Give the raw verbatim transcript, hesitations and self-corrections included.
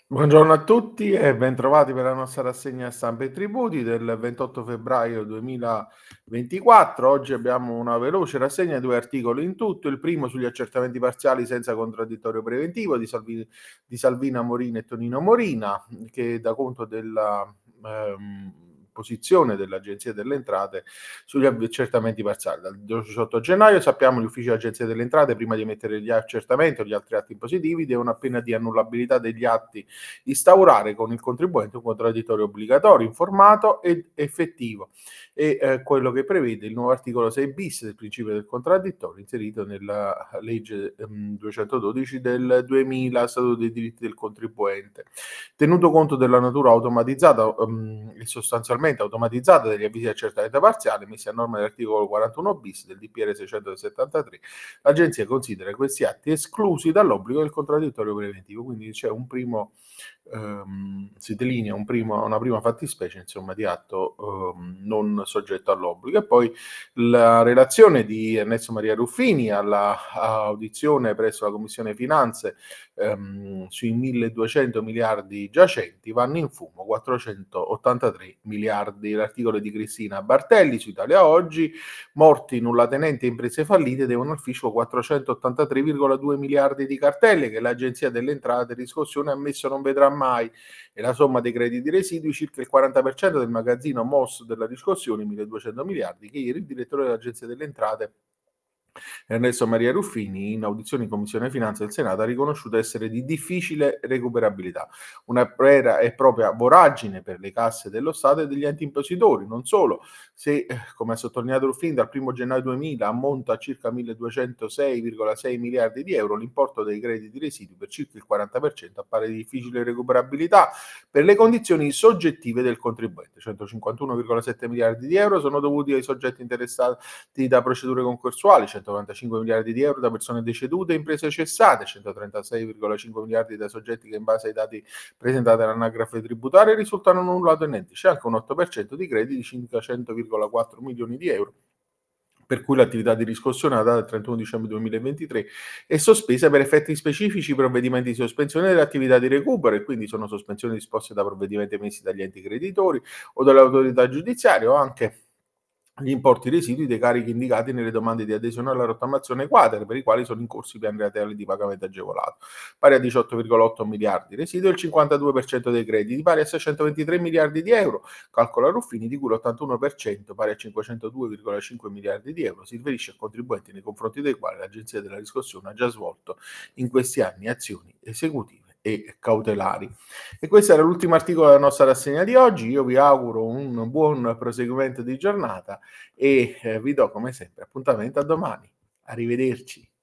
Buongiorno a tutti e bentrovati per la nostra rassegna stampa e tributi del ventotto febbraio duemilaventiquattro. Oggi abbiamo una veloce rassegna, due articoli in tutto. Il primo sugli accertamenti parziali senza contraddittorio preventivo di, Salvi, di Salvina Morina e Tonino Morina, che dà conto della ehm, posizione dell'Agenzia delle Entrate sugli accertamenti parziali. Dal diciotto gennaio sappiamo gli uffici dell'Agenzia delle Entrate, prima di emettere gli accertamenti o gli altri atti impositivi, devono, appena di annullabilità degli atti, instaurare con il contribuente un contraddittorio obbligatorio, informato ed effettivo. E eh, quello che prevede il nuovo articolo sei bis del principio del contraddittorio, inserito nella legge ehm, duecentododici del duemila, Statuto dei diritti del contribuente. Tenuto conto della natura automatizzata um, e sostanzialmente automatizzata degli avvisi di accertamento parziale messi a norma dell'articolo quarantuno bis del D P R seicentosettantatré, l'Agenzia considera questi atti esclusi dall'obbligo del contraddittorio preventivo, quindi c'è un primo ehm, si delinea un primo, una prima fattispecie, insomma, di atto ehm, non soggetto all'obbligo. E poi la relazione di Ernesto Maria Ruffini alla audizione presso la Commissione Finanze ehm, sui milleduecento miliardi giacenti, vanno in fumo quattrocentottantatré miliardi. L'articolo di Cristina Bartelli su Italia Oggi: morti, nullatenenti e imprese fallite devono al fisco quattrocentottantatré virgola due miliardi di cartelle che l'Agenzia delle Entrate e Riscossione ha ammesso non vedrà mai, e la somma dei crediti residui circa il quaranta per cento del magazzino M O S della Riscossione, milleduecento miliardi, che ieri il direttore dell'Agenzia delle Entrate Ernesto Maria Ruffini, in audizione in Commissione Finanze del Senato, ha riconosciuto essere di difficile recuperabilità, una vera e propria voragine per le casse dello Stato e degli enti impositori. Non solo, se, come ha sottolineato Ruffini, dal primo gennaio duemila ammonta a circa milleduecentosei virgola sei miliardi di euro, l'importo dei crediti residui per circa il quaranta per cento appare di difficile recuperabilità per le condizioni soggettive del contribuente. centocinquantuno virgola sette miliardi di euro sono dovuti ai soggetti interessati da procedure concorsuali, centonovantacinque miliardi di euro da persone decedute e imprese cessate, centotrentasei virgola cinque miliardi da soggetti che in base ai dati presentati all'anagrafe tributaria risultano nullatenenti. C'è anche un otto per cento di crediti, circa cento virgola quattro milioni di euro, per cui l'attività di riscossione alla data del trentuno dicembre duemilaventitré è sospesa per effetti specifici, provvedimenti di sospensione delle attività di recupero, e quindi sono sospensioni disposte da provvedimenti emessi dagli enti creditori o dall'autorità giudiziaria, o anche gli importi residui dei carichi indicati nelle domande di adesione alla rottamazione quater, per i quali sono in corso i piani rateali di pagamento agevolato, pari a diciotto virgola otto miliardi. Residua il cinquantadue per cento dei crediti, pari a seicentoventitré miliardi di euro, calcola Ruffini, di cui l'ottantuno per cento, pari a cinquecentodue virgola cinque miliardi di euro, si riferisce a contribuenti nei confronti dei quali l'Agenzia della Riscossione ha già svolto in questi anni azioni esecutive e cautelari. E questo era l'ultimo articolo della nostra rassegna di oggi. Io vi auguro un buon proseguimento di giornata e eh, vi do come sempre appuntamento a domani. Arrivederci.